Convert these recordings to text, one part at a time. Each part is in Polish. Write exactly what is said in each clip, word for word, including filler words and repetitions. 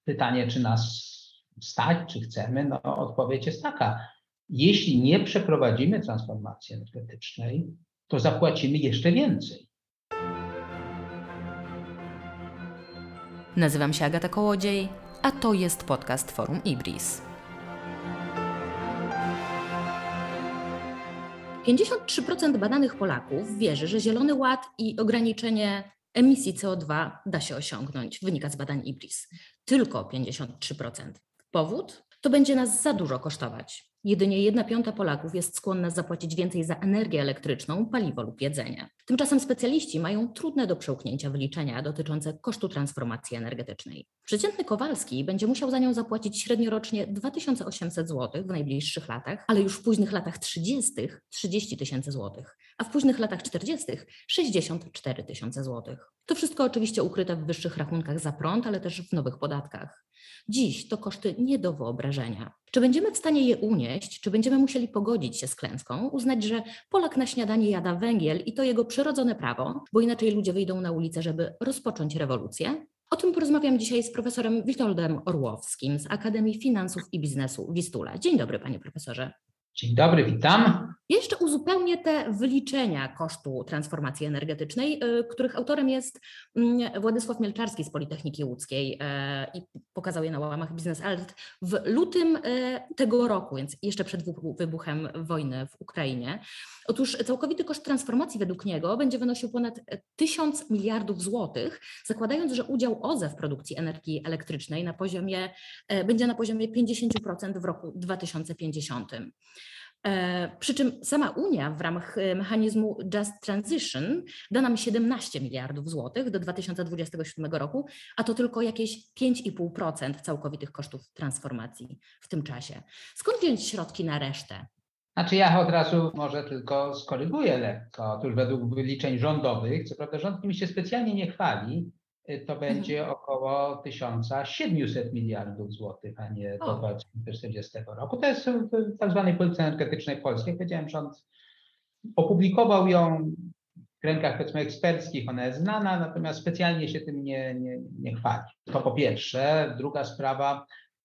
pytanie, czy nas stać, czy chcemy, no odpowiedź jest taka. Jeśli nie przeprowadzimy transformacji energetycznej, to zapłacimy jeszcze więcej. Nazywam się Agata Kołodziej, a to jest podcast Forum Ibris. pięćdziesiąt trzy procent badanych Polaków wierzy, że Zielony Ład i ograniczenie emisji C O dwa da się osiągnąć, wynika z badań Ibris. Tylko pięćdziesiąt trzy procent. Powód? To będzie nas za dużo kosztować. Jedynie jedna piąta Polaków jest skłonna zapłacić więcej za energię elektryczną, paliwo lub jedzenie. Tymczasem specjaliści mają trudne do przełknięcia wyliczenia dotyczące kosztu transformacji energetycznej. Przeciętny Kowalski będzie musiał za nią zapłacić średniorocznie dwa tysiące osiemset złotych w najbliższych latach, ale już w późnych latach trzydziestych trzydzieści tysięcy złotych, a w późnych latach czterdziestych sześćdziesiąt cztery tysiące złotych. To wszystko oczywiście ukryte w wyższych rachunkach za prąd, ale też w nowych podatkach. Dziś to koszty nie do wyobrażenia. Czy będziemy w stanie je unieść, czy będziemy musieli pogodzić się z klęską, uznać, że Polak na śniadanie jada węgiel i to jego przyrodzone prawo, bo inaczej ludzie wyjdą na ulicę, żeby rozpocząć rewolucję? O tym porozmawiam dzisiaj z profesorem Witoldem Orłowskim z Akademii Finansów i Biznesu Wistula. Dzień dobry, panie profesorze. Dzień dobry, witam. Jeszcze uzupełnię te wyliczenia kosztu transformacji energetycznej, których autorem jest Władysław Mielczarski z Politechniki Łódzkiej i pokazał je na łamach Business Alert w lutym tego roku, więc jeszcze przed wybuchem wojny w Ukrainie. Otóż całkowity koszt transformacji według niego będzie wynosił ponad tysiąc miliardów złotych, zakładając, że udział O Z E w produkcji energii elektrycznej na poziomie, będzie na poziomie pięćdziesiąt procent w roku dwa tysiące pięćdziesiątym. Przy czym sama Unia w ramach mechanizmu Just Transition da nam siedemnaście miliardów złotych do dwa tysiące dwudziestego siódmego roku, a to tylko jakieś pięć i pół procent całkowitych kosztów transformacji w tym czasie. Skąd wziąć środki na resztę? Znaczy ja od razu może tylko skoryguję lekko. Otóż według wyliczeń rządowych, co prawda rząd nimi się specjalnie nie chwali, to będzie mhm. około tysiąc siedemset miliardów złotych, a nie do dwa tysiące czterdziestego roku. To jest w tak zwanej polityce energetycznej polskiej. Jak powiedziałem, rząd opublikował ją w kręgach, powiedzmy, eksperckich, ona jest znana, natomiast specjalnie się tym nie, nie, nie chwali. To po pierwsze. Druga sprawa,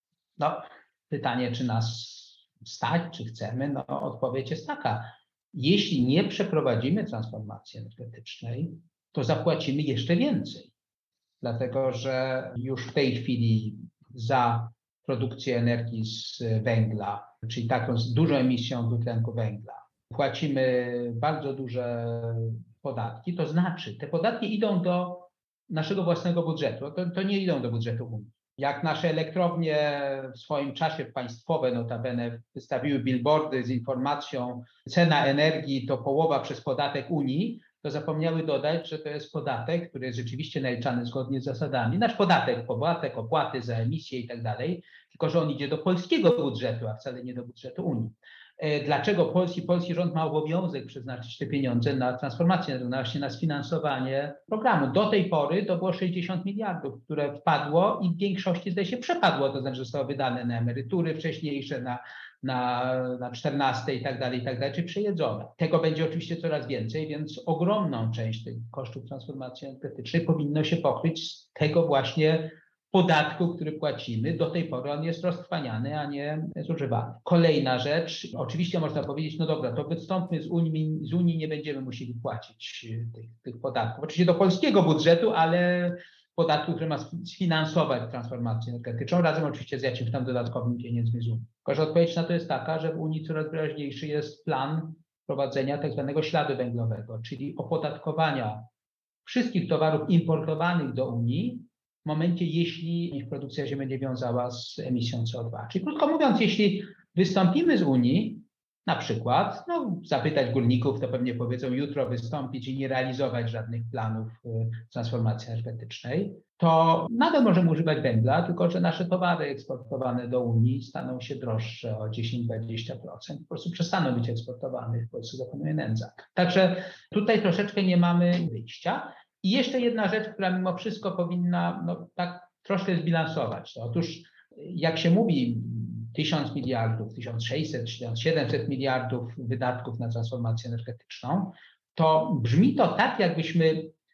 no pytanie, czy nas stać, czy chcemy, no odpowiedź jest taka. Jeśli nie przeprowadzimy transformacji energetycznej, to zapłacimy jeszcze więcej. Dlatego, że już w tej chwili za produkcję energii z węgla, czyli taką z dużą emisją dwutlenku węgla, płacimy bardzo duże podatki. To znaczy, te podatki idą do naszego własnego budżetu, to, to nie idą do budżetu Unii. Jak nasze elektrownie w swoim czasie państwowe notabene wystawiły billboardy z informacją cena energii to połowa przez podatek Unii, to zapomniały dodać, że to jest podatek, który jest rzeczywiście naliczany zgodnie z zasadami. Nasz podatek, podatek, opłaty za emisję i tak dalej, tylko że on idzie do polskiego budżetu, a wcale nie do budżetu Unii. Dlaczego polski, polski rząd ma obowiązek przeznaczyć te pieniądze na transformację, na, właśnie na sfinansowanie programu? Do tej pory to było sześćdziesiąt miliardów, które wpadło i w większości zdaje się przepadło, to znaczy zostało wydane na emerytury wcześniejsze, na na, na czternaste i tak dalej, i tak dalej, czy przejedzone. Tego będzie oczywiście coraz więcej, więc ogromną część tych kosztów transformacji energetycznej powinno się pokryć z tego właśnie podatku, który płacimy. Do tej pory on jest roztrwaniany, a nie zużywany. Kolejna rzecz, oczywiście można powiedzieć, no dobra, to wystąpmy z Unii, z Unii nie będziemy musieli płacić tych, tych podatków. Oczywiście do polskiego budżetu, ale podatku, który ma sfinansować transformację energetyczną, razem oczywiście z jakimś tam dodatkowym pieniędzmi z Unii. Tylko że odpowiedź na to jest taka, że w Unii coraz wyraźniejszy jest plan prowadzenia tak zwanego śladu węglowego, czyli opodatkowania wszystkich towarów importowanych do Unii w momencie, jeśli ich produkcja się będzie wiązała z emisją C O dwa. Czyli krótko mówiąc, jeśli wystąpimy z Unii, na przykład, no, zapytać górników, to pewnie powiedzą jutro wystąpić i nie realizować żadnych planów transformacji energetycznej, to nadal możemy używać węgla, tylko że nasze towary eksportowane do Unii staną się droższe o dziesięć do dwudziestu procent, po prostu przestaną być eksportowane, w Polsce zapanuje nędza. Także tutaj troszeczkę nie mamy wyjścia. I jeszcze jedna rzecz, która mimo wszystko powinna no, tak troszkę zbilansować. To otóż jak się mówi tysiąc miliardów, tysiąc sześćset, tysiąc siedemset miliardów wydatków na transformację energetyczną, to brzmi to tak, jakbyśmy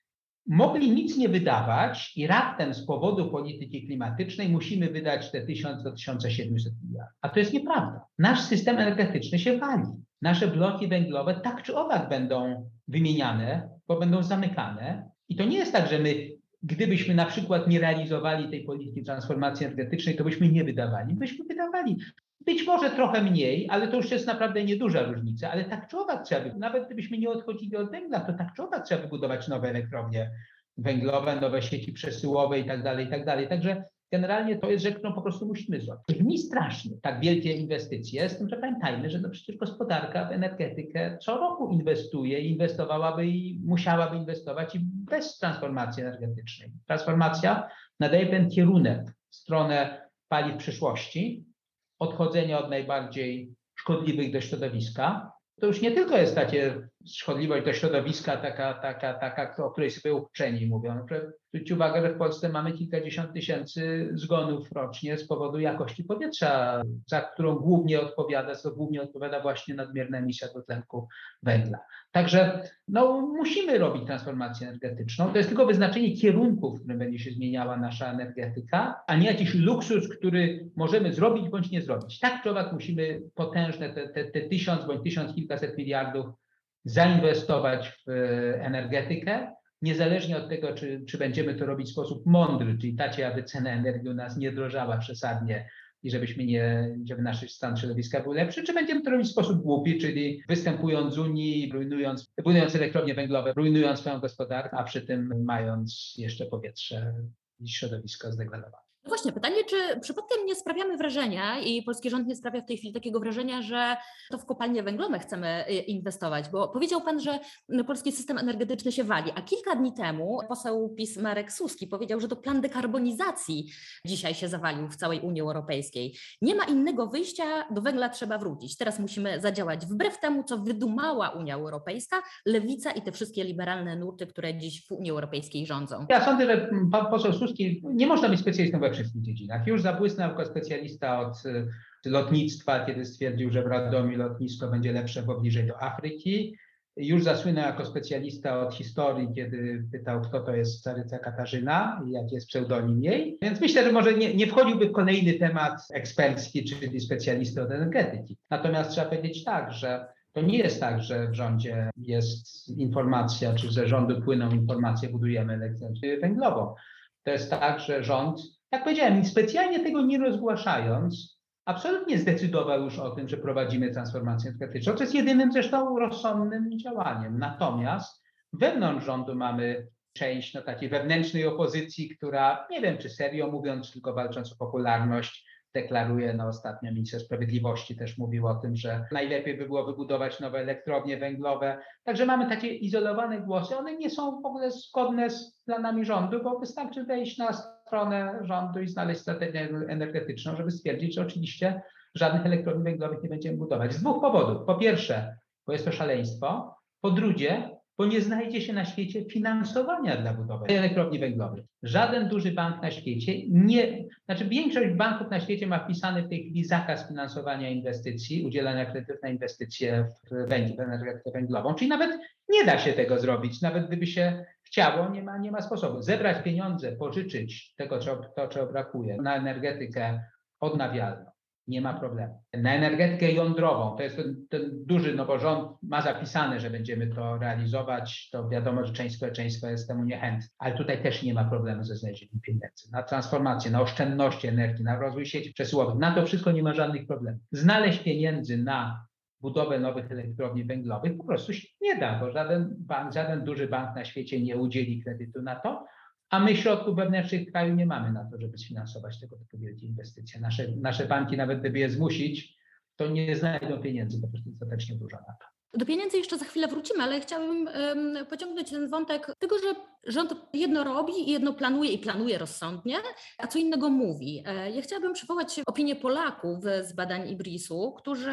mogli nic nie wydawać i raptem z powodu polityki klimatycznej musimy wydać te tysiąc do tysiąca siedmiuset miliardów. A to jest nieprawda. Nasz system energetyczny się wali. Nasze bloki węglowe tak czy owak będą wymieniane, bo będą zamykane. I to nie jest tak, że my, gdybyśmy na przykład nie realizowali tej polityki transformacji energetycznej, to byśmy nie wydawali. Byśmy wydawali. Być może trochę mniej, ale to już jest naprawdę nieduża różnica, ale tak czy owak trzeba by, nawet gdybyśmy nie odchodzili od węgla, to tak czy owak trzeba wybudować nowe elektrownie węglowe, nowe sieci przesyłowe i tak dalej, i tak dalej. Także generalnie to jest rzecz, którą po prostu musimy zrobić. Brzmi strasznie, tak wielkie inwestycje, z tym, że pamiętajmy, że no przecież gospodarka w energetykę co roku inwestuje, inwestowałaby i musiałaby inwestować i bez transformacji energetycznej. Transformacja nadaje pewien kierunek w stronę paliw przyszłości, odchodzenia od najbardziej szkodliwych do środowiska. To już nie tylko jest takie szkodliwość do środowiska, taka, taka, taka, o której sobie uczeni mówią. Zwróćcie uwagę, że w Polsce mamy kilkadziesiąt tysięcy zgonów rocznie z powodu jakości powietrza, za którą głównie odpowiada, co głównie odpowiada właśnie nadmierna emisja dwutlenku węgla. Także no, musimy robić transformację energetyczną. To jest tylko wyznaczenie kierunku, w którym będzie się zmieniała nasza energetyka, a nie jakiś luksus, który możemy zrobić bądź nie zrobić. Tak czy owak musimy potężne te, te, te tysiąc bądź tysiąc kilkaset miliardów zainwestować w energetykę, niezależnie od tego, czy, czy będziemy to robić w sposób mądry, czyli tacie, aby cena energii u nas nie drożała przesadnie i żebyśmy nie, żeby nasz stan środowiska był lepszy, czy będziemy to robić w sposób głupi, czyli występując z Unii, rujnując, budując elektrownie węglowe, rujnując swoją gospodarkę, a przy tym mając jeszcze powietrze i środowisko zdegradowane. No właśnie, pytanie, czy przypadkiem nie sprawiamy wrażenia i polski rząd nie sprawia w tej chwili takiego wrażenia, że to w kopalnie węglowe chcemy inwestować, bo powiedział pan, że polski system energetyczny się wali, a kilka dni temu poseł PiS Marek Suski powiedział, że to plan dekarbonizacji dzisiaj się zawalił w całej Unii Europejskiej. Nie ma innego wyjścia, do węgla trzeba wrócić. Teraz musimy zadziałać wbrew temu, co wydumała Unia Europejska, lewica i te wszystkie liberalne nurty, które dziś w Unii Europejskiej rządzą. Ja sądzę, że pan poseł Suski nie można być specjalistą we wszystkich dziedzinach. Już zabłysnął jako specjalista od lotnictwa, kiedy stwierdził, że w Radomiu lotnisko będzie lepsze, bo bliżej do Afryki. Już zasłynął jako specjalista od historii, kiedy pytał, kto to jest caryca Katarzyna i jaki jest pseudonim jej. Więc myślę, że może nie, nie wchodziłby w kolejny temat ekspercki, czyli specjalisty od energetyki. Natomiast trzeba powiedzieć tak, że to nie jest tak, że w rządzie jest informacja, czy ze rządu płyną informacje, budujemy elektrownię węglową. To jest tak, że rząd, jak powiedziałem, specjalnie tego nie rozgłaszając, absolutnie zdecydował już o tym, że prowadzimy transformację energetyczną. To jest jedynym zresztą rozsądnym działaniem. Natomiast wewnątrz rządu mamy część no, takiej wewnętrznej opozycji, która, nie wiem czy serio mówiąc, tylko walcząc o popularność, deklaruje, no ostatnio minister sprawiedliwości też mówił o tym, że najlepiej by było wybudować nowe elektrownie węglowe. Także mamy takie izolowane głosy, one nie są w ogóle zgodne z planami rządu, bo wystarczy wejść na stronę rządu i znaleźć strategię energetyczną, żeby stwierdzić, że oczywiście żadnych elektrowni węglowych nie będziemy budować. Z dwóch powodów. Po pierwsze, bo jest to szaleństwo. Po drugie, bo nie znajdzie się na świecie finansowania dla budowy elektrowni węglowych. Żaden duży bank na świecie nie, znaczy większość banków na świecie ma wpisany w tej chwili zakaz finansowania inwestycji, udzielania kredytów na inwestycje w węgiel, w energetykę węglową, czyli nawet nie da się tego zrobić, nawet gdyby się chciało, nie ma, nie ma sposobu. Zebrać pieniądze, pożyczyć tego, to, czego brakuje, na energetykę odnawialną. Nie ma problemu. Na energetykę jądrową, to jest ten, ten duży, no bo rząd ma zapisane, że będziemy to realizować, to wiadomo, że część społeczeństwa jest temu niechętna, ale tutaj też nie ma problemu ze znalezieniem pieniędzy. Na transformację, na oszczędności energii, na rozwój sieci przesyłowych, na to wszystko nie ma żadnych problemów. Znaleźć pieniędzy na budowę nowych elektrowni węglowych po prostu się nie da, bo żaden bank, żaden duży bank na świecie nie udzieli kredytu na to, a my środków wewnętrznych w kraju nie mamy na to, żeby sfinansować tego typu wielkie inwestycje. Nasze, nasze banki, nawet gdyby je zmusić, to nie znajdą pieniędzy, po prostu dostatecznie dużo na to. Do pieniędzy jeszcze za chwilę wrócimy, ale chciałabym um, pociągnąć ten wątek tego, że rząd jedno robi i jedno planuje i planuje rozsądnie, a co innego mówi. Ja chciałabym przywołać opinię Polaków z badań IBRIS-u, którzy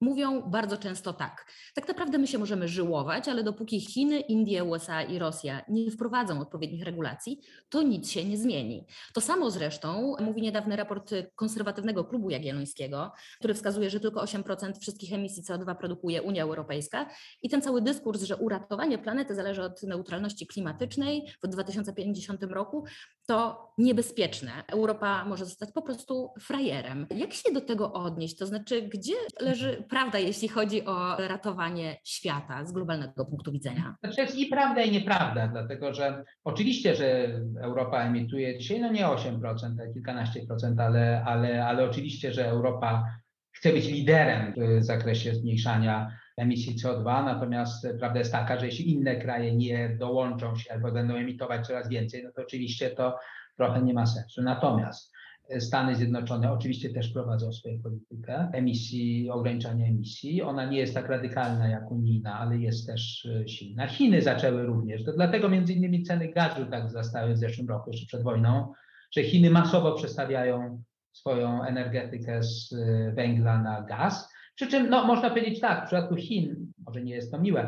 mówią bardzo często tak. Tak naprawdę my się możemy żyłować, ale dopóki Chiny, Indie, U S A i Rosja nie wprowadzą odpowiednich regulacji, to nic się nie zmieni. To samo zresztą mówi niedawny raport Konserwatywnego Klubu Jagiellońskiego, który wskazuje, że tylko osiem procent wszystkich emisji C O dwa produkuje Unia Europejska i ten cały dyskurs, że uratowanie planety zależy od neutralności klimatycznej w dwa tysiące pięćdziesiątym roku, to niebezpieczne. Europa może zostać po prostu frajerem. Jak się do tego odnieść? To znaczy, gdzie leży prawda, jeśli chodzi o ratowanie świata z globalnego punktu widzenia? Znaczy jest i prawda, i nieprawda, dlatego że oczywiście, że Europa emituje dzisiaj, no nie osiem procent, a kilkanaście procent, ale, ale, ale oczywiście, że Europa chce być liderem w zakresie zmniejszania emisji C O dwa, natomiast prawda jest taka, że jeśli inne kraje nie dołączą się albo będą emitować coraz więcej, no to oczywiście to trochę nie ma sensu. Natomiast Stany Zjednoczone oczywiście też prowadzą swoją politykę emisji, ograniczania emisji. Ona nie jest tak radykalna jak unijna, ale jest też silna. Chiny zaczęły również. To dlatego między innymi ceny gazu tak wzrastały w zeszłym roku, jeszcze przed wojną, że Chiny masowo przestawiają swoją energetykę z węgla na gaz. Przy czym no, można powiedzieć tak, w przypadku Chin, może nie jest to miłe,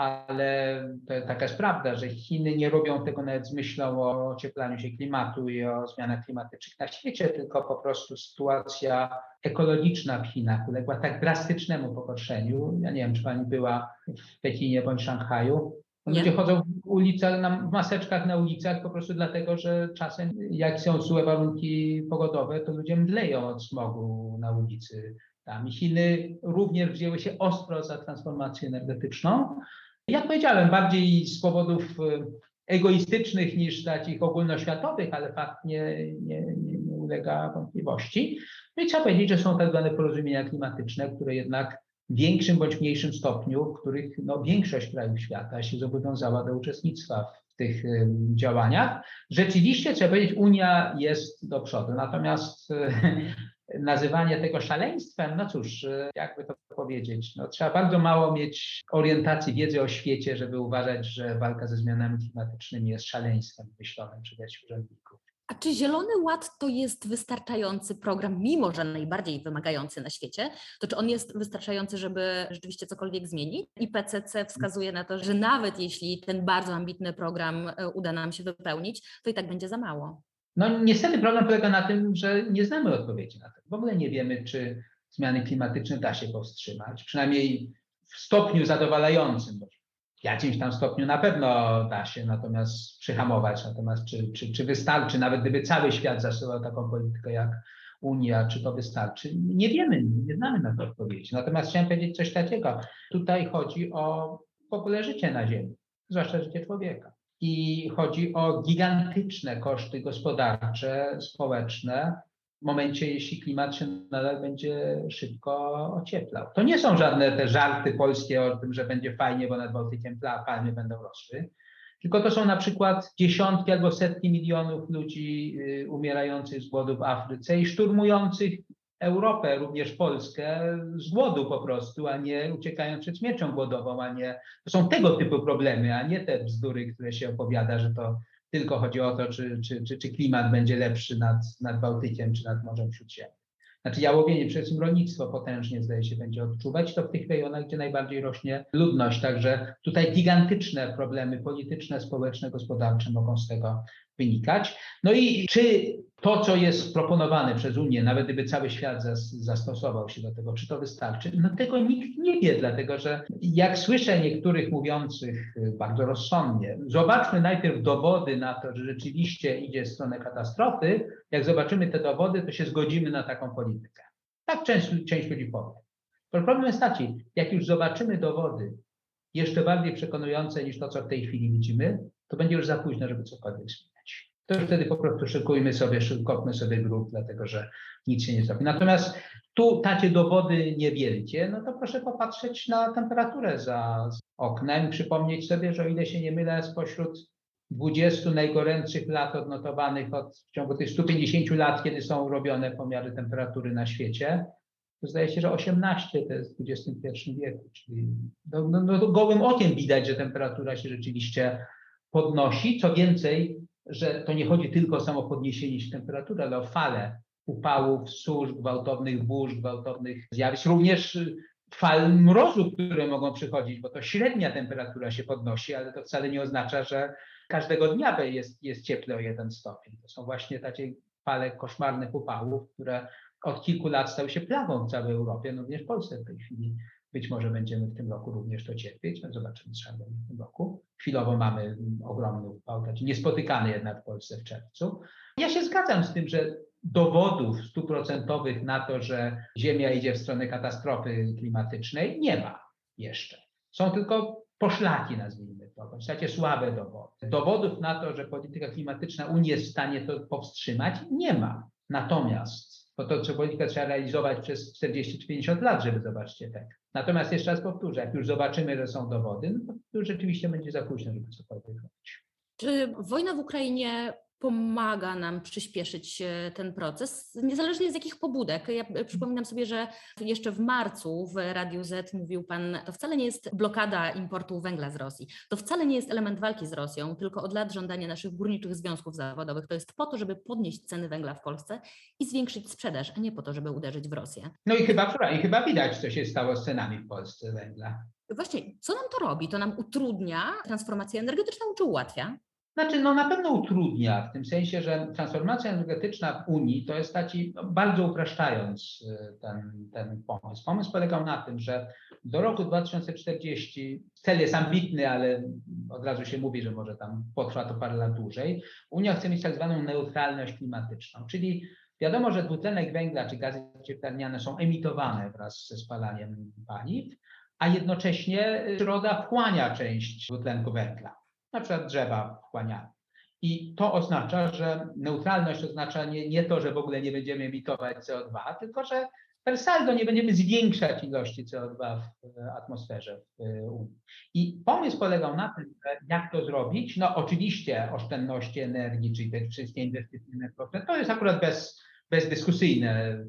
ale to taka jest prawda, że Chiny nie robią tego nawet z myślą o ocieplaniu się klimatu i o zmianach klimatycznych na świecie, tylko po prostu sytuacja ekologiczna w Chinach uległa tak drastycznemu pogorszeniu. Ja nie wiem, czy pani była w Pekinie bądź Szanghaju. Ludzie chodzą w ulicach, na, w maseczkach na ulicach po prostu dlatego, że czasem jak są złe warunki pogodowe, to ludzie mdleją od smogu na ulicy. Tam Chiny również wzięły się ostro za transformację energetyczną. Jak powiedziałem, bardziej z powodów egoistycznych niż takich ogólnoświatowych, ale fakt nie, nie, nie, nie ulega wątpliwości. No i trzeba powiedzieć, że są tak zwane porozumienia klimatyczne, które jednak w większym bądź mniejszym stopniu, w których no, większość krajów świata się zobowiązała do uczestnictwa w tych y, działaniach. Rzeczywiście, trzeba powiedzieć, Unia jest do przodu. Natomiast y, nazywanie tego szaleństwem, no cóż, jakby to powiedzieć, no trzeba bardzo mało mieć orientacji, wiedzy o świecie, żeby uważać, że walka ze zmianami klimatycznymi jest szaleństwem myślonym przez jakichś urzędników. A czy Zielony Ład to jest wystarczający program, mimo że najbardziej wymagający na świecie, to czy on jest wystarczający, żeby rzeczywiście cokolwiek zmienić? I P C C wskazuje na to, że nawet jeśli ten bardzo ambitny program uda nam się wypełnić, to i tak będzie za mało. No niestety problem polega na tym, że nie znamy odpowiedzi na to. W ogóle nie wiemy, czy zmiany klimatyczne da się powstrzymać, przynajmniej w stopniu zadowalającym. W jakimś tam stopniu na pewno da się natomiast przyhamować, natomiast czy, czy, czy wystarczy, nawet gdyby cały świat zastosował taką politykę jak Unia, czy to wystarczy? Nie wiemy, nie znamy na to odpowiedzi. Natomiast chciałem powiedzieć coś takiego. Tutaj chodzi o w ogóle życie na Ziemi, zwłaszcza życie człowieka. I chodzi o gigantyczne koszty gospodarcze, społeczne w momencie, jeśli klimat się nadal będzie szybko ocieplał. To nie są żadne te żarty polskie o tym, że będzie fajnie, bo nad Bałtykiem palmy będą rosły, tylko to są na przykład dziesiątki albo setki milionów ludzi umierających z głodu w Afryce i szturmujących Europę, również Polskę, z głodu po prostu, a nie uciekając przed śmiercią głodową, a nie, to są tego typu problemy, a nie te bzdury, które się opowiada, że to tylko chodzi o to, czy, czy, czy, czy klimat będzie lepszy nad, nad Bałtykiem, czy nad Morzem Śródziemnym. Znaczy jałowienie, przede wszystkim rolnictwo potężnie zdaje się będzie odczuwać, to w tych rejonach, gdzie najbardziej rośnie ludność, także tutaj gigantyczne problemy polityczne, społeczne, gospodarcze mogą z tego wynikać. No i czy to, co jest proponowane przez Unię, nawet gdyby cały świat zastosował się do tego, czy to wystarczy? No tego nikt nie wie, dlatego że jak słyszę niektórych mówiących bardzo rozsądnie, zobaczmy najpierw dowody na to, że rzeczywiście idzie w stronę katastrofy. Jak zobaczymy te dowody, to się zgodzimy na taką politykę. Tak część, część ludzi powie. Problem jest taki, jak już zobaczymy dowody jeszcze bardziej przekonujące niż to, co w tej chwili widzimy, to będzie już za późno, żeby cokolwiek zmieniać. To już wtedy po prostu szykujmy sobie, kopmy sobie grób, dlatego że nic się nie zrobi. Natomiast tu tacie dowody niewielkie, no to proszę popatrzeć na temperaturę za oknem, przypomnieć sobie, że o ile się nie mylę, spośród dwudziestu najgorętszych lat odnotowanych od, w ciągu tych stu pięćdziesięciu lat, kiedy są robione pomiary temperatury na świecie, to zdaje się, że osiemnaście to jest w dwudziestym pierwszym wieku, czyli no, no, no, gołym okiem widać, że temperatura się rzeczywiście podnosi. Co więcej, że to nie chodzi tylko o samo podniesienie się temperatury, ale o falę upałów, susz, gwałtownych burz, gwałtownych zjawisk. Również fal mrozu, które mogą przychodzić, bo to średnia temperatura się podnosi, ale to wcale nie oznacza, że każdego dnia jest, jest cieplej o jeden stopień. To są właśnie takie fale koszmarnych upałów, które od kilku lat stały się plagą w całej Europie, no również w Polsce w tej chwili. Być może będziemy w tym roku również to cierpieć, no zobaczymy, co będzie w tym roku. Chwilowo mamy ogromny upał, taki niespotykany jednak w Polsce w czerwcu. Ja się zgadzam z tym, że dowodów stuprocentowych na to, że Ziemia idzie w stronę katastrofy klimatycznej, nie ma jeszcze. Są tylko poszlaki, nazwijmy to, w zasadzie słabe dowody. Dowodów na to, że polityka klimatyczna Unii jest w stanie to powstrzymać, nie ma. Natomiast bo to, co politykę trzeba realizować przez czterdzieści czy pięćdziesiąt lat, żeby zobaczyć efekt. Natomiast jeszcze raz powtórzę, jak już zobaczymy, że są dowody, no to już rzeczywiście będzie za późno, żeby cokolwiek robić. Czy wojna w Ukrainie pomaga nam przyspieszyć ten proces, niezależnie z jakich pobudek? Ja przypominam sobie, że jeszcze w marcu w Radiu Z mówił Pan, to wcale nie jest blokada importu węgla z Rosji, to wcale nie jest element walki z Rosją, tylko od lat żądanie naszych górniczych związków zawodowych. To jest po to, żeby podnieść ceny węgla w Polsce i zwiększyć sprzedaż, a nie po to, żeby uderzyć w Rosję. No i chyba, i chyba widać, co się stało z cenami w Polsce węgla. Właśnie, co nam to robi? To nam utrudnia transformację energetyczną czy ułatwia? Znaczy, no na pewno utrudnia, w tym sensie, że transformacja energetyczna w Unii to jest taki, no, bardzo upraszczając ten, ten pomysł. Pomysł polegał na tym, że do roku dwa tysiące czterdziestego, cel jest ambitny, ale od razu się mówi, że może tam potrwa to parę lat dłużej, Unia chce mieć tak zwaną neutralność klimatyczną, czyli wiadomo, że dwutlenek węgla czy gazy cieplarniane są emitowane wraz ze spalaniem paliw, a jednocześnie przyroda wchłania część dwutlenku węgla. Na przykład drzewa wchłaniane. I to oznacza, że neutralność oznacza nie, nie to, że w ogóle nie będziemy emitować C O dwa, tylko że per saldo nie będziemy zwiększać ilości C O dwa w atmosferze w Unii. I pomysł polegał na tym, że jak to zrobić? No oczywiście oszczędności energii, czyli te wszystkie inwestycje energetyczne, to jest akurat bez, bezdyskusyjne,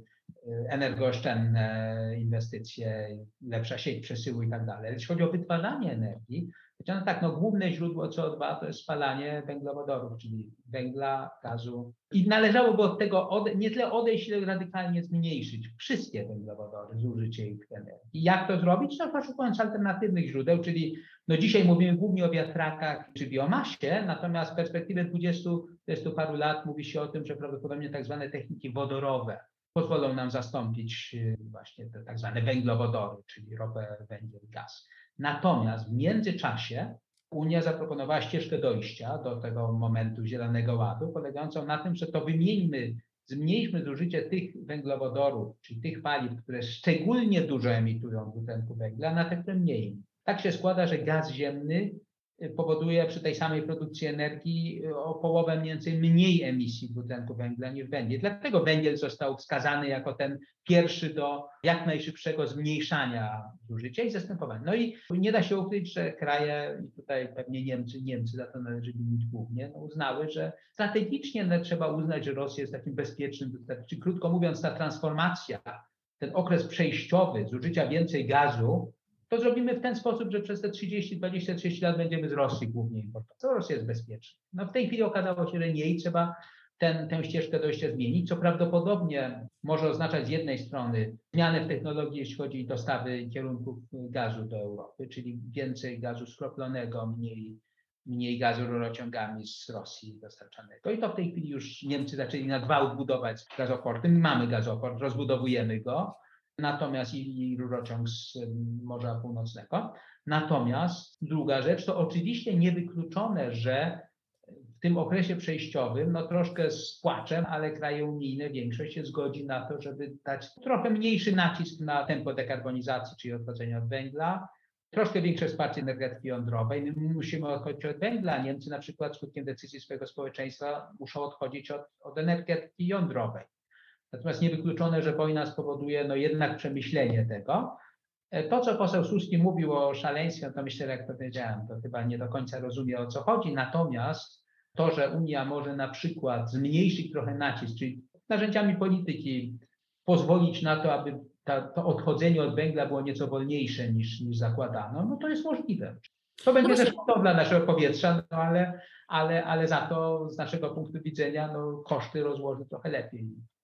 energooszczędne inwestycje, lepsza sieć przesyłu i tak dalej. Jeśli chodzi o wytwarzanie energii, no tak, no główne źródło C O dwa to jest spalanie węglowodorów, czyli węgla, gazu. I należałoby od tego ode, nie tyle odejść, ile radykalnie zmniejszyć wszystkie węglowodory, zużycie ich energii. I jak to zrobić? No poszukując alternatywnych źródeł, czyli no dzisiaj mówimy głównie o wiatrakach czy biomasie, natomiast w perspektywie dwudziestu, trzydziestu paru lat mówi się o tym, że prawdopodobnie tak zwane techniki wodorowe pozwolą nam zastąpić właśnie te tak zwane węglowodory, czyli ropę, węgiel, gaz. Natomiast w międzyczasie Unia zaproponowała ścieżkę dojścia do tego momentu Zielonego Ładu, polegającą na tym, że to wymieńmy, zmniejszmy zużycie tych węglowodorów, czyli tych paliw, które szczególnie dużo emitują dwutlenku węgla, na te, które mniej. Tak się składa, że gaz ziemny powoduje przy tej samej produkcji energii o połowę mniej więcej mniej emisji dwutlenku węgla niż węgiel. Dlatego węgiel został wskazany jako ten pierwszy do jak najszybszego zmniejszania zużycia i zastępowania. No i nie da się ukryć, że kraje, i tutaj pewnie Niemcy, Niemcy za to należy winić głównie, no uznały, że strategicznie no, trzeba uznać, że Rosja jest takim bezpiecznym, czyli krótko mówiąc ta transformacja, ten okres przejściowy, zużycia więcej gazu, to zrobimy w ten sposób, że przez te trzydzieści, dwadzieścia, trzydzieści lat będziemy z Rosji głównie importować. To Rosja jest bezpieczna. No w tej chwili okazało się, że nie i trzeba ten, tę ścieżkę dojścia zmienić, co prawdopodobnie może oznaczać z jednej strony zmianę w technologii, jeśli chodzi o dostawy kierunków gazu do Europy, czyli więcej gazu skroplonego, mniej, mniej gazu rurociągami z Rosji dostarczanego. I to w tej chwili już Niemcy zaczęli na gwałt budować gazoporty. My mamy gazoport, rozbudowujemy go. Natomiast i, i rurociąg z Morza Północnego. Natomiast druga rzecz to oczywiście niewykluczone, że w tym okresie przejściowym, no troszkę z płaczem, ale kraje unijne, większość się zgodzi na to, żeby dać trochę mniejszy nacisk na tempo dekarbonizacji, czyli odchodzenia od węgla, troszkę większe wsparcie energetyki jądrowej. My musimy odchodzić od węgla. Niemcy na przykład skutkiem decyzji swojego społeczeństwa muszą odchodzić od, od energetyki jądrowej. Natomiast niewykluczone, że wojna spowoduje no jednak przemyślenie tego. To, co poseł Suski mówił o szaleństwie, to myślę, jak powiedziałem, to chyba nie do końca rozumie, o co chodzi. Natomiast to, że Unia może na przykład zmniejszyć trochę nacisk, czyli narzędziami polityki pozwolić na to, aby ta, to odchodzenie od węgla było nieco wolniejsze niż, niż zakładano, no to jest możliwe. To będzie też to dla naszego powietrza, no ale, ale, ale za to z naszego punktu widzenia no, koszty rozłoży trochę lepiej.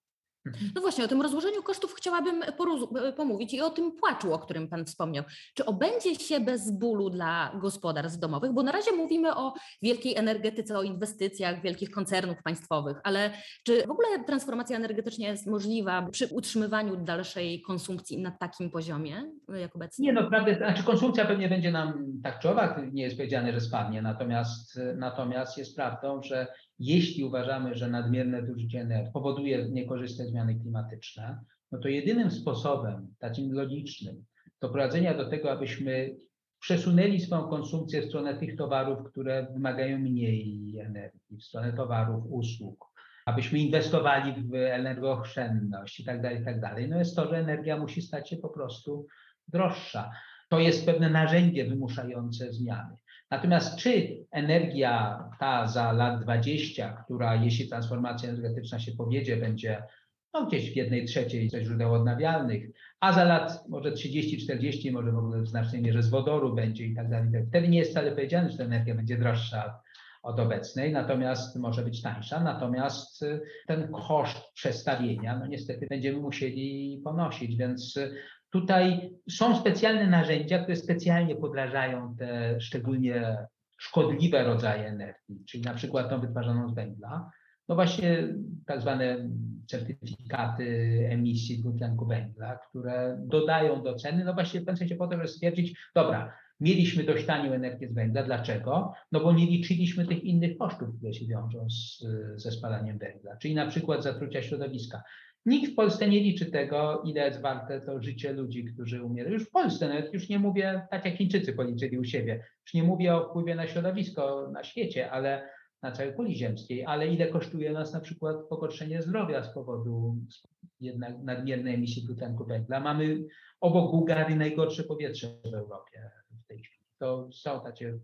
No właśnie, o tym rozłożeniu kosztów chciałabym pomówić i o tym płaczu, o którym Pan wspomniał. Czy obędzie się bez bólu dla gospodarstw domowych? Bo na razie mówimy o wielkiej energetyce, o inwestycjach wielkich koncernów państwowych, ale czy w ogóle transformacja energetyczna jest możliwa przy utrzymywaniu dalszej konsumpcji na takim poziomie jak obecnie? Nie, no prawda, znaczy konsumpcja pewnie będzie nam tak czy owak, nie jest powiedziane, że spadnie, natomiast, natomiast jest prawdą, że jeśli uważamy, że nadmierne zużycie energii powoduje niekorzystne zmiany klimatyczne, no to jedynym sposobem, takim logicznym, doprowadzenia do tego, abyśmy przesunęli swoją konsumpcję w stronę tych towarów, które wymagają mniej energii, w stronę towarów, usług, abyśmy inwestowali w energooszczędność i tak dalej, i tak dalej, no jest to, że energia musi stać się po prostu droższa. To jest pewne narzędzie wymuszające zmiany. Natomiast czy energia ta za lat dwadzieścia, która jeśli transformacja energetyczna się powiedzie, będzie no, gdzieś w jednej trzeciej ze źródeł odnawialnych, a za lat może trzydzieści czterdzieści, może w ogóle w znacznej mierze z wodoru będzie i tak dalej. Wtedy nie jest wcale powiedziane, że ta energia będzie droższa od obecnej, natomiast może być tańsza, natomiast ten koszt przestawienia, no niestety będziemy musieli ponosić, więc tutaj są specjalne narzędzia, które specjalnie podrażają te szczególnie szkodliwe rodzaje energii, czyli na przykład tą wytwarzaną z węgla. No właśnie tak zwane certyfikaty emisji dwutlenku węgla, które dodają do ceny, no właśnie w pewnym sensie po to, żeby stwierdzić, dobra, mieliśmy dość tanią energię z węgla. Dlaczego? No bo nie liczyliśmy tych innych kosztów, które się wiążą z, ze spalaniem węgla, czyli na przykład zatrucia środowiska. Nikt w Polsce nie liczy tego, ile jest warte to życie ludzi, którzy umierają. Już w Polsce, nawet już nie mówię, tak jak Chińczycy policzyli u siebie, już nie mówię o wpływie na środowisko na świecie, ale na całej kuli ziemskiej, ale ile kosztuje nas na przykład pogorszenie zdrowia z powodu jednak nadmiernej emisji dwutlenku węgla. Mamy obok Bułgarii najgorsze powietrze w Europie w tej chwili. To są takie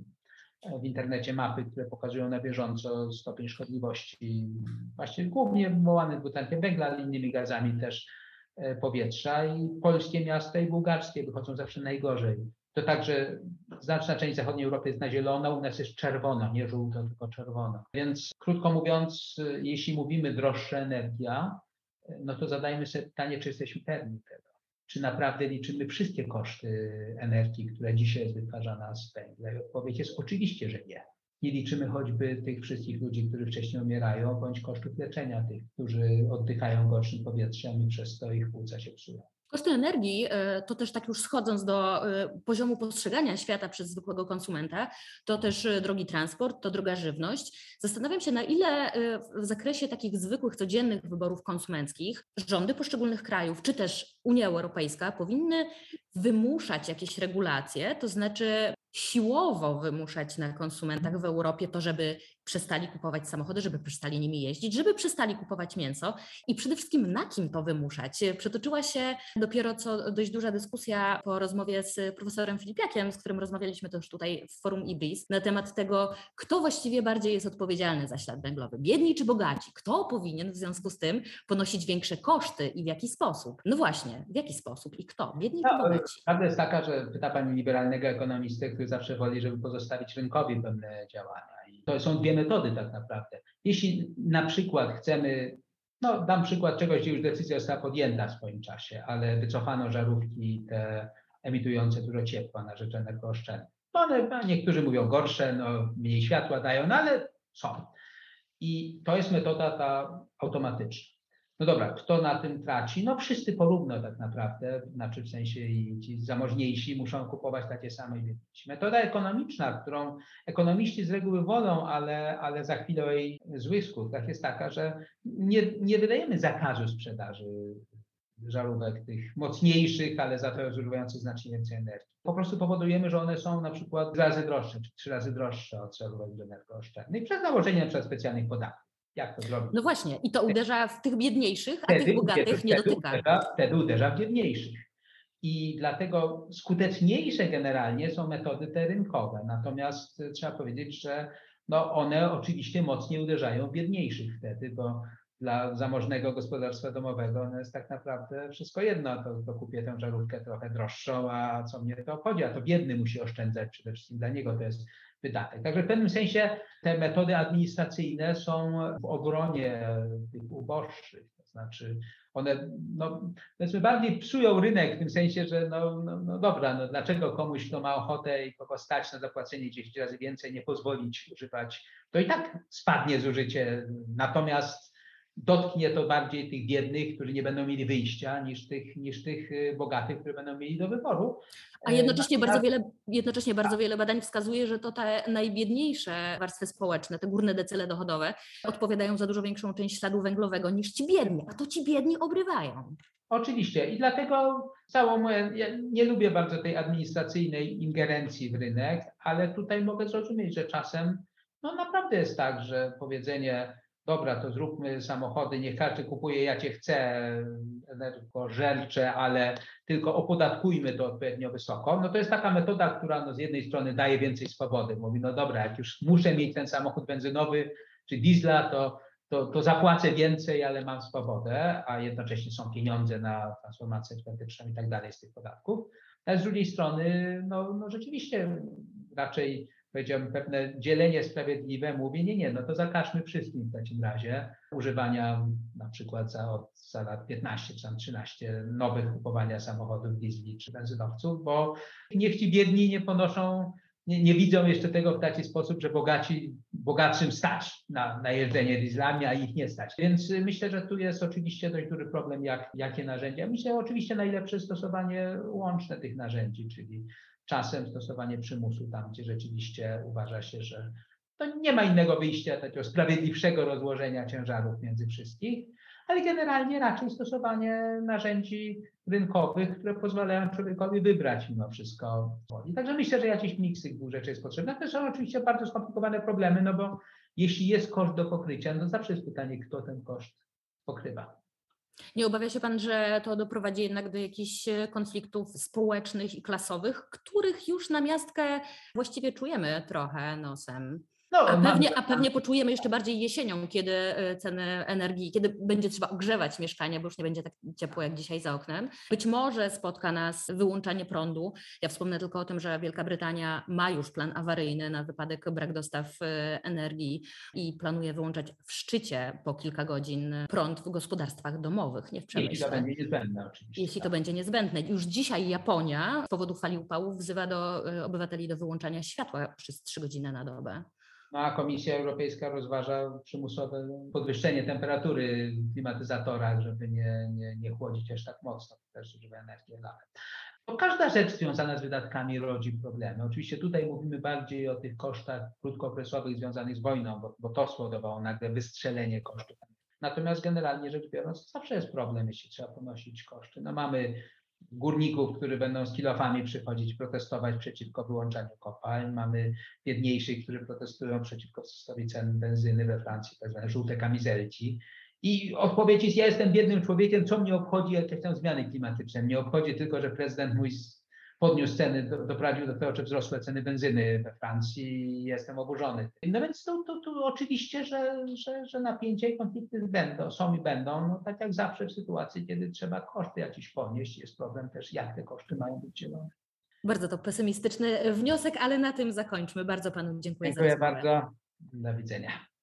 w internecie mapy, które pokazują na bieżąco stopień szkodliwości, właśnie głównie wywołany dwutlenkiem węgla, ale innymi gazami też powietrza. I polskie miasta i bułgarskie wychodzą zawsze najgorzej. To także znaczna część zachodniej Europy jest na zielono, u nas jest czerwono, nie żółto, tylko czerwono. Więc krótko mówiąc, jeśli mówimy droższa energia, no to zadajmy sobie pytanie, czy jesteśmy pewni tego. Czy naprawdę liczymy wszystkie koszty energii, która dzisiaj jest wytwarzana z węgla? I odpowiedź jest oczywiście, że nie. Nie liczymy choćby tych wszystkich ludzi, którzy wcześniej umierają, bądź kosztów leczenia tych, którzy oddychają gorszym powietrzem i przez to ich płuca się psują. Koszty energii, to też tak już schodząc do poziomu postrzegania świata przez zwykłego konsumenta, to też drogi transport, to droga żywność. Zastanawiam się, na ile w zakresie takich zwykłych, codziennych wyborów konsumenckich rządy poszczególnych krajów, czy też Unia Europejska powinny wymuszać jakieś regulacje, to znaczy siłowo wymuszać na konsumentach w Europie to, żeby przestali kupować samochody, żeby przestali nimi jeździć, żeby przestali kupować mięso i przede wszystkim na kim to wymuszać. Przetoczyła się dopiero co dość duża dyskusja po rozmowie z profesorem Filipiakiem, z którym rozmawialiśmy też tutaj w forum IBRIS, na temat tego, kto właściwie bardziej jest odpowiedzialny za ślad węglowy, biedni czy bogaci, kto powinien w związku z tym ponosić większe koszty i w jaki sposób. No właśnie, w jaki sposób i kto, biedni czy bogaci? Prawda jest taka, że pyta pani liberalnego ekonomistę, który zawsze woli, żeby pozostawić rynkowi pewne działania. I to są dwie metody tak naprawdę. Jeśli na przykład chcemy, no dam przykład czegoś, gdzie już decyzja została podjęta w swoim czasie, ale wycofano żarówki te emitujące dużo ciepła na rzecz energooszczędnej. One, no, niektórzy mówią gorsze, no mniej światła dają, no ale są. I to jest metoda ta automatyczna. No dobra, kto na tym traci? No wszyscy porówno tak naprawdę, znaczy w sensie i ci zamożniejsi muszą kupować takie same ilości. Metoda ekonomiczna, którą ekonomiści z reguły wolą, ale, ale za chwilę o jej złych skutkach jest taka, że nie, nie wydajemy zakazu sprzedaży żarówek tych mocniejszych, ale za to zużywających znacznie więcej energii. Po prostu powodujemy, że one są na przykład dwa razy droższe, czy trzy razy droższe od żarówek energooszczędnych przez nałożenie na przykład specjalnych podatków. Jak to zrobić? No właśnie, i to uderza w tych biedniejszych, a wtedy tych bogatych uderza, nie wtedy dotyka. Uderza, wtedy uderza w biedniejszych. I dlatego skuteczniejsze generalnie są metody te rynkowe. Natomiast trzeba powiedzieć, że no one oczywiście mocniej uderzają w biedniejszych wtedy, bo dla zamożnego gospodarstwa domowego no jest tak naprawdę wszystko jedno. To, to kupię tę żarówkę trochę droższą, a co mnie to obchodzi? A to biedny musi oszczędzać przede wszystkim. Dla niego to jest wydatek. Także w pewnym sensie te metody administracyjne są w obronie tych uboższych. To znaczy one no, powiedzmy bardziej psują rynek w tym sensie, że no, no, no dobra, no dlaczego komuś, kto ma ochotę i kogo stać na zapłacenie dziesięć razy więcej, nie pozwolić używać, to i tak spadnie zużycie. Natomiast dotknie to bardziej tych biednych, którzy nie będą mieli wyjścia, niż tych, niż tych bogatych, którzy będą mieli do wyboru. A jednocześnie bardzo, wiele, jednocześnie bardzo wiele badań wskazuje, że to te najbiedniejsze warstwy społeczne, te górne decyle dochodowe, odpowiadają za dużo większą część śladu węglowego niż ci biedni, a to ci biedni obrywają. Oczywiście i dlatego całą moją, ja nie lubię bardzo tej administracyjnej ingerencji w rynek, ale tutaj mogę zrozumieć, że czasem no naprawdę jest tak, że powiedzenie dobra, to zróbmy samochody, niech każdy kupuje, ja cię chcę, energożercze, ale tylko opodatkujmy to odpowiednio wysoko. No to jest taka metoda, która no z jednej strony daje więcej swobody. Mówi, no dobra, jak już muszę mieć ten samochód benzynowy czy diesla, to, to, to zapłacę więcej, ale mam swobodę, a jednocześnie są pieniądze na transformację energetyczną i tak dalej z tych podatków. Ale z drugiej strony, no, no rzeczywiście raczej powiedziałbym, pewne dzielenie sprawiedliwe, mówi nie, nie, no to zakażmy wszystkim w takim razie używania na przykład za, od, za lat piętnaście czy tam trzynaście nowych kupowania samochodów diesli czy benzynowców, bo niech ci biedni nie ponoszą, nie, nie widzą jeszcze tego w taki sposób, że bogaci, bogatszym stać na, na jeżdżenie dieslami, a ich nie stać. Więc myślę, że tu jest oczywiście dość duży problem, jak, jakie narzędzia. Myślę oczywiście najlepsze stosowanie łączne tych narzędzi, czyli czasem stosowanie przymusu tam, gdzie rzeczywiście uważa się, że to nie ma innego wyjścia, takiego sprawiedliwszego rozłożenia ciężarów między wszystkich, ale generalnie raczej stosowanie narzędzi rynkowych, które pozwalają człowiekowi wybrać mimo wszystko. Także myślę, że jakiś miks tych dwóch rzeczy jest potrzebny. To są oczywiście bardzo skomplikowane problemy, no bo jeśli jest koszt do pokrycia, no zawsze jest pytanie, kto ten koszt pokrywa. Nie obawia się pan, że to doprowadzi jednak do jakichś konfliktów społecznych i klasowych, których już na miastkę właściwie czujemy trochę nosem? No, a, mam, pewnie, a pewnie poczujemy jeszcze bardziej jesienią, kiedy ceny energii, kiedy będzie trzeba ogrzewać mieszkanie, bo już nie będzie tak ciepło jak dzisiaj za oknem. Być może spotka nas wyłączanie prądu. Ja wspomnę tylko o tym, że Wielka Brytania ma już plan awaryjny na wypadek brak dostaw energii i planuje wyłączać w szczycie po kilka godzin prąd w gospodarstwach domowych, nie w przemyśle. Jeśli to będzie niezbędne oczywiście. Jeśli tak. to będzie niezbędne. Już dzisiaj Japonia z powodu fali upałów wzywa do obywateli do wyłączania światła przez trzy godziny na dobę. No a Komisja Europejska rozważa przymusowe podwyższenie temperatury w klimatyzatorach, żeby nie, nie, nie chłodzić aż tak mocno, też żeby energię latem. Bo każda rzecz związana z wydatkami rodzi problemy. Oczywiście tutaj mówimy bardziej o tych kosztach krótkookresowych związanych z wojną, bo, bo to spowodowało nagle wystrzelenie kosztów. Natomiast generalnie rzecz biorąc, zawsze jest problem, jeśli trzeba ponosić koszty. No mamy górników, którzy będą z kilofami przychodzić, protestować przeciwko wyłączaniu kopalń. Mamy biedniejszych, którzy protestują przeciwko wzrostowi cen benzyny we Francji, tak zwane żółte kamizelki. I odpowiedź jest, ja jestem biednym człowiekiem, co mnie obchodzi jakieś tam zmiany klimatyczne. Mnie obchodzi tylko, że prezydent mój podniósł ceny, do, doprowadził do tego, że wzrosły ceny benzyny we Francji i jestem oburzony. No więc to, to, to oczywiście, że, że, że napięcia i konflikty będą, są i będą, no tak jak zawsze w sytuacji, kiedy trzeba koszty jakieś ponieść. Jest problem też, jak te koszty mają być dzielone. Bardzo to pesymistyczny wniosek, ale na tym zakończmy. Bardzo panu dziękuję, dziękuję za rozmowę. bardzo. Do widzenia.